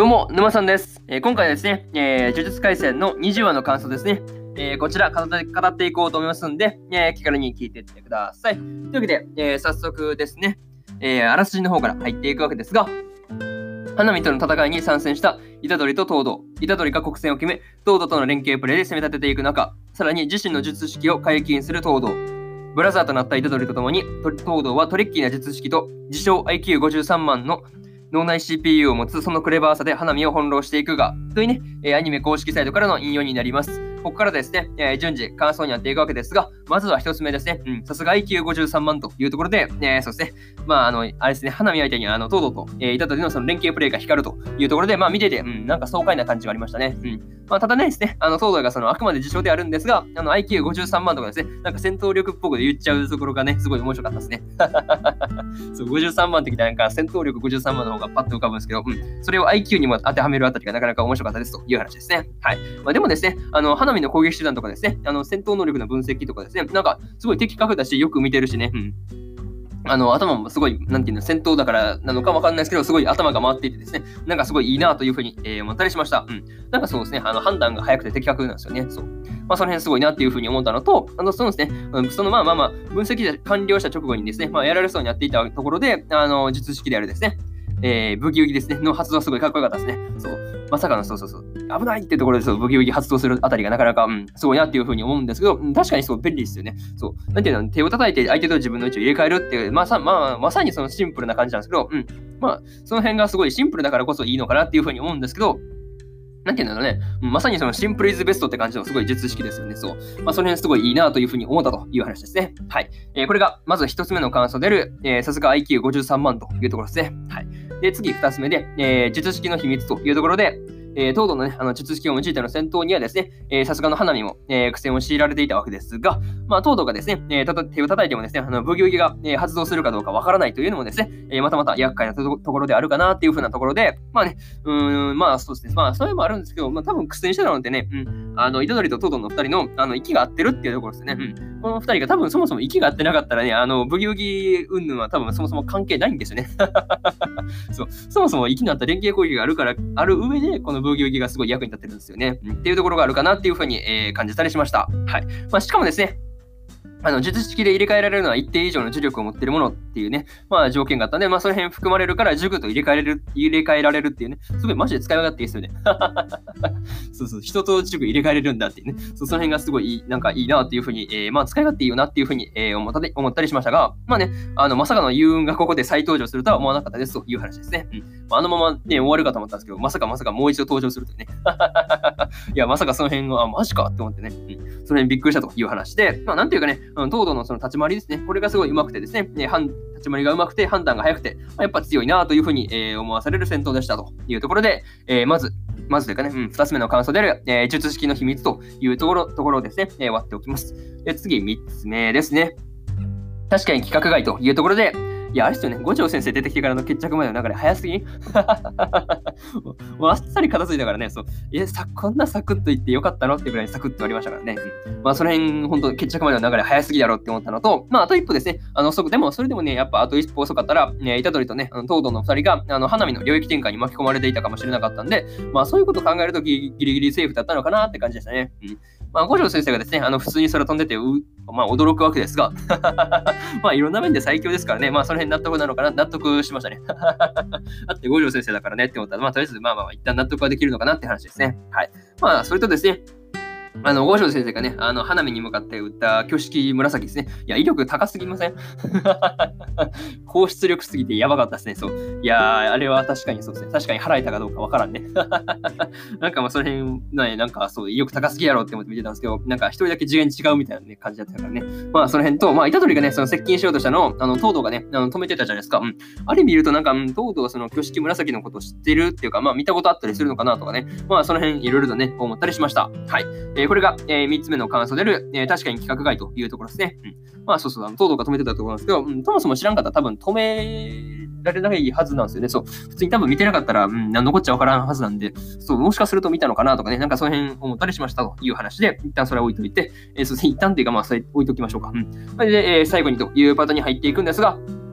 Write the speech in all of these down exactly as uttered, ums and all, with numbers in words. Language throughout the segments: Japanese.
うも、沼さんです。えー今回はですね、えー呪術廻戦のにじゅうわの感想ですね。えーこちら語って、語っていこうと思いますんで、えー気軽に聞いていってください。というわけで、えー早速ですね、えーあらすじの方から入っていくわけですが、花見との戦いに参戦した虎杖と東堂。虎杖が国戦を決め、東堂との連携プレーで攻め立てていく中、さらに自身の術式を解禁する東堂。ブラザーとなった虎杖とともに、と東堂はトリッキーな術式と自称 アイキューごじゅうさん 万の脳内 シーピーユー を持つそのクレバーさで花見を翻弄していくが、というね、えーアニメ公式サイトからの引用になります。ここからですね、えー順次感想になっていくわけですが、まずは一つ目ですね。うん、さすが アイキューごじゅうさん 万というところで、えーそうですね、まあ、あの、あれですね、花見相手にあの、東堂と、えー、虎杖のその連携プレイが光るというところで、まあ、見てて、うん、なんか爽快な感じがありましたね。うん。まあ、ただねですね、あの、東堂がその、あくまで自称であるんですが、あの、アイキューごじゅうさん 万とかですね、なんか戦闘力っぽく言っちゃうところがね、すごい面白かったですね。そう、ごじゅうさんまんってきたらなんか戦闘力ごじゅうさんまんの方がパッと浮かぶんですけど、うん、それを アイキュー にも当てはめるあたりがなかなか面白かったですという話ですね。はい。まあ、でもですね、あの、花見の攻撃手段とかですね、あの、戦闘能力の分析とかですね、なんか、すごい的確だし、よく見てるしね、うん。あの、頭もすごい、なんていうの、戦闘だからなのかわかんないですけど、すごい頭が回っていてですね、なんかすごいいいなというふうに、えー思ったりしました。うん。なんかそうですね、あの、判断が早くて的確なんですよね。そう。まあ、その辺すごいなっていうふうに思ったのと、あの、そうですね、うん、そのまあまあまあ、分析完了した直後にですね、まあ、やられそうになっていたところで、あの、術式であるですね、えー、ブギウギですね、の発動はすごいかっこよかったですね。そう。まさかの、そうそうそう、危ないっていうところで、そう、ブギウギ発動するあたりがなかなか、うん、すごいなっていうふうに思うんですけど、うん、確かにそう、便利ですよね。そう。なんていうの、手を叩いて相手と自分の位置を入れ替えるっていう、まさ、まあ、まさにそのシンプルな感じなんですけど、うん。まあ、その辺がすごいシンプルだからこそいいのかなっていうふうに思うんですけど、なんていうんだろうね、うん、まさにそのシンプルイズベストって感じのすごい術式ですよね。そう。まあ、その辺すごいいいなというふうに思ったという話ですね。はい。えー、これが、まず一つ目の感想である、えー、さすが アイキューごじゅうさん 万というところですね。はい。で、次二つ目で、えー、術式の秘密というところで、えー、東堂のね、あの術式を用いての戦闘にはですね、えー、さすがの花見も、えー、苦戦を強いられていたわけですが、まあ、東堂がですね、えー、たた手を叩いてもですね、あのブギウギが、えー、発動するかどうかわからないというのもですね、えー、またまた厄介なところであるかなっていうふうなところで、まあね、うーん、まあそうですね、まあそれもあるんですけど、まあ多分苦戦してたのでね、うん、あの、虎杖と東堂の二人の、あの、息が合ってるっていうところですね。うん。この二人が多分そもそも息が合ってなかったらね、あの、ブギウギ云々は多分そもそも関係ないんですよね。そう。そもそも息の合った連携攻撃があるから、ある上で、このブギウギがすごい役に立ってるんですよね。うん、っていうところがあるかなっていうふうに、えー、感じたりしました。はい。まあ、しかもですね、あの、術式で入れ替えられるのは一定以上の呪力を持っているものっていうね、まあ条件があったんで、まあその辺含まれるから呪具と入れ替えられる、入れ替えられるっていうね、すごいマジで使い分けっていいですよね。そうそう、人と呪具入れ替えれるんだっていうね、そうその辺がすごいいい、なんかいいなっていうふうに、えー、まあ使い勝手いいよなっていうふうに、えー、思ったり、思ったりしましたが、まあね、あの、まさかの幽雲がここで再登場するとは思わなかったですという話ですね。うん。まあ、あのままね、終わるかと思ったんですけど、まさかまさかもう一度登場するというね。いや、まさかその辺は、あ、マジかって思ってね、うん、その辺びっくりしたという話で、まあなんていうかね、うん、東堂のその立ち回りですね。これがすごい上手くてですね、えー、立ち回りが上手くて判断が早くて、まあ、やっぱ強いなというふうに、えー、思わされる戦闘でしたというところで、えー、まず、まずというかね、うん、二つ目の感想である、えー、術式の秘密というところ、ところをですね、えー、割っておきます。で、次、三つ目ですね。確かに規格外というところで、いや、あれですよね、五条先生出てきてからの決着までの流れ早すぎもうあっさり片付いたからね、そう。え、さ、こんなサクッと言ってよかったのってぐらいサクッとありましたからね。うん、まあ、その辺、本当決着までの流れ早すぎだろうって思ったのと、まあ、あと一歩ですね、あの、遅く、でも、それでもね、やっぱあと一歩遅かったら、ね、虎杖とね、あの東堂の二人が、あの、花見の領域展開に巻き込まれていたかもしれなかったんで、まあ、そういうことを考えるとギリギリセーフだったのかなって感じでしたね。うん。まあ、五条先生がですね、あの、普通に空飛んでて、まあ、驚くわけですが、まあ、いろんな面で最強ですからね、まあ、その辺納得なのかな、納得しましたね。だって五条先生だからねって思ったら、まあ、とりあえず、まあまあ、一旦納得はできるのかなって話ですね。はい。まあ、それとですね、あの、五条先生がね、あの、花見に向かって打った挙式紫ですね。いや、威力高すぎません高出力すぎてやばかったですね。そう。いやー、あれは確かにそうですね。確かに払えたかどうかわからんね。なんかまあ、その辺、ね、なんかそう、威力高すぎやろって思って見てたんですけど、なんか一人だけ次元違うみたいな、ね、感じだったからね。まあ、その辺と、まあ、虎杖がね、その接近しようとしたのを、あの、東堂がね、あの止めてたじゃないですか。うん。あれ見ると、なんか、うん、東堂がその挙式紫のことを知ってるっていうか、まあ、見たことあったりするのかなとかね。まあ、その辺、いろいろとね、思ったりしました。はい。えー、これが、えー、みっつめの感想である、えー、確かに規格外というところですね。うん。まあ、そうそう、あの東堂が止めてたところなんですけど、うん、そもそも知らんかったら多分止められないはずなんですよね。そう。普通に多分見てなかったら、うん、何のこっちゃわからんはずなんで、そう、もしかすると見たのかなとかね、なんかその辺思ったりしましたという話で、一旦それは置いといて、えー、そうですね、一旦っていうか、まあ、それ置いときましょうか。うん。それで、えー、最後にというパートに入っていくんですが、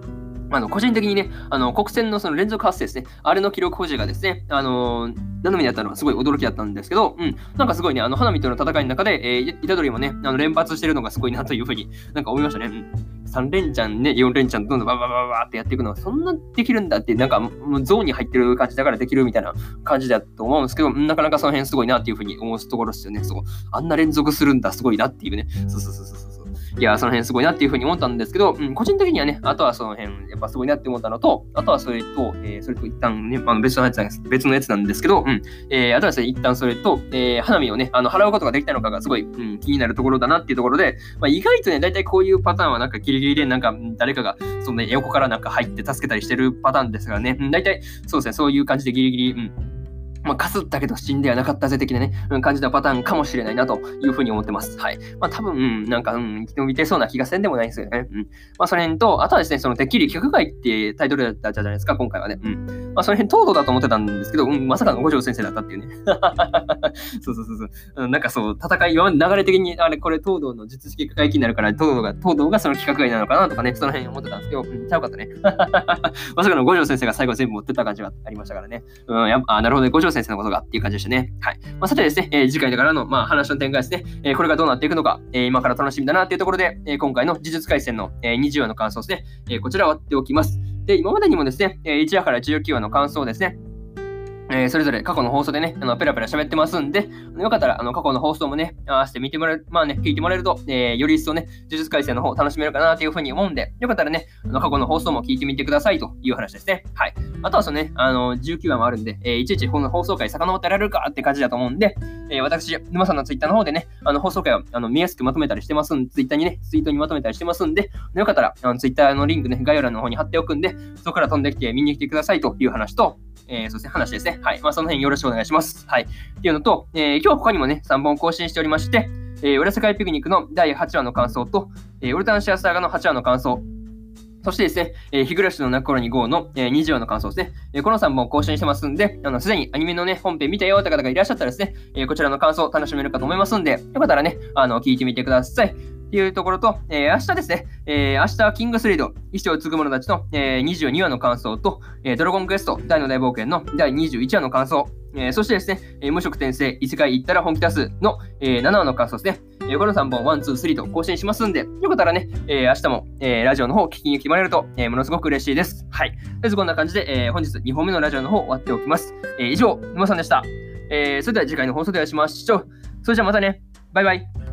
あの個人的にね、あの国戦のその連続発生ですね、あれの記録保持がですね、あのー、頼みだったのはすごい驚きだったんですけど、うん、なんかすごいね、あの花見との戦いの中で、えー、虎杖もね、あの連発してるのがすごいなというふうになんか思いましたね。うん、さん連チャンね、よん連チャンどんどんバババババってやっていくのはそんなできるんだって、なんかもうゾーンに入ってる感じだからできるみたいな感じだと思うんですけど、なかなかその辺すごいなっていうふうに思うところですよね。そう、あんな連続するんだ、すごいなっていうね。そうそうそうそうそう。いや、その辺すごいなっていうふうに思ったんですけど、うん、個人的にはね、あとはその辺、やっぱすごいなって思ったのと、あとはそれと、えー、それと一旦ね、あの別のやつなんです、別のやつなんですけど、うん、えー、あとはですね、一旦それと、えー、花見をね、あの、払うことができたのかがすごい、うん、気になるところだなっていうところで、まあ、意外とね、大体こういうパターンはなんかギリギリで、なんか誰かが、そのね、横からなんか入って助けたりしてるパターンですからね、うん、大体、そうですね、そういう感じでギリギリ、うん、まあ、かすったけど死んではなかったぜ的なね、うん、感じたパターンかもしれないなというふうに思ってます。はい。まあ、多分、うん、なんか、うん、生き延びてそうな気がせんでもないんですよね。うん。まあ、その辺と、あとはですね、その、てっきり企画外ってタイトルだったじゃないですか、今回はね。うん。まあ、その辺、東堂だと思ってたんですけど、うん、まさかの五条先生だったっていうね。そうそうそうそう。うん、なんかそう、戦い、今まで流れ的に、あれ、これ、東堂の術式回帰になるから、東堂が、東堂がその企画外なのかなとかね、その辺思ってたんですけど、うん、ちゃうかったね。まさかの五条先生が最後全部持ってった感じがありましたからね。うん、やっぱ、あ、なるほどね、五条先生のことがっていう感じでしたね。はい。まあ、さてですね、えー、次回からの、まあ、話の展開ですね、えー、これがどうなっていくのか、えー、今から楽しみだなっていうところで、えー、今回の呪術廻戦の、えー、にじゅうわの感想ですね、えー、こちらを割っておきます。で、今までにもですね、えー、いちわからじゅうきゅうわの感想をですね、えー、それぞれ過去の放送でね、あのペラペラ喋ってますんで、よかったらあの過去の放送もね、合わせて見てもらえる、まあね、聞いてもらえると、えー、より一層ね、呪術廻戦の方楽しめるかなというふうに思うんで、よかったらね、あの過去の放送も聞いてみてくださいという話ですね。はい。あとはそのね、あの、じゅうきゅうわもあるんで、えー、いちいちこの放送回遡ってられるかって感じだと思うんで、えー、私、沼さんのツイッターの方でね、あの放送回をあの見やすくまとめたりしてますんで、ツイッターにね、ツイートにまとめたりしてますんで、よかったらあのツイッターのリンクね、概要欄の方に貼っておくんで、そこから飛んできて見に来てくださいという話と、えー、そうですね、話ですね。はい。まあ、その辺よろしくお願いします。はい。っていうのと、えー、今日は他にもね、さんぼん更新しておりまして、えー、裏世界ピクニックのだいはちわの感想と、えー、ウルタンシアサーガのはちわの感想、そしてですね、えー、日暮らしの泣く頃に ゴー の、えー、にじゅうわの感想ですね、えー。このさんぼん更新してますんで、あの、すでにアニメのね、本編見たよって方がいらっしゃったらですね、えー、こちらの感想を楽しめるかと思いますんで、よかったらね、あの、聞いてみてください。っていうところと、えー、明日ですね、えー、明日はキングスリード、意志を継ぐ者たちの、えー、にじゅうにわの感想と、えー、ドラゴンクエスト大の大冒険のだいにじゅういちわの感想、えー、そしてですね、えー、無職転生、異世界行ったら本気出すの、えー、ななわの感想ですね。えー、このさんぼん、ワン、ツー、スリーと更新しますんで、よかったらね、えー、明日も、えー、ラジオの方聞きに来てもらえると、えー、ものすごく嬉しいです。はい。とりあえずこんな感じで、えー、本日にほんめのラジオの方終わっておきます。えー、以上、沼さんでした。えー、それでは次回の放送でお会いしましょう。それじゃあまたね。バイバイ。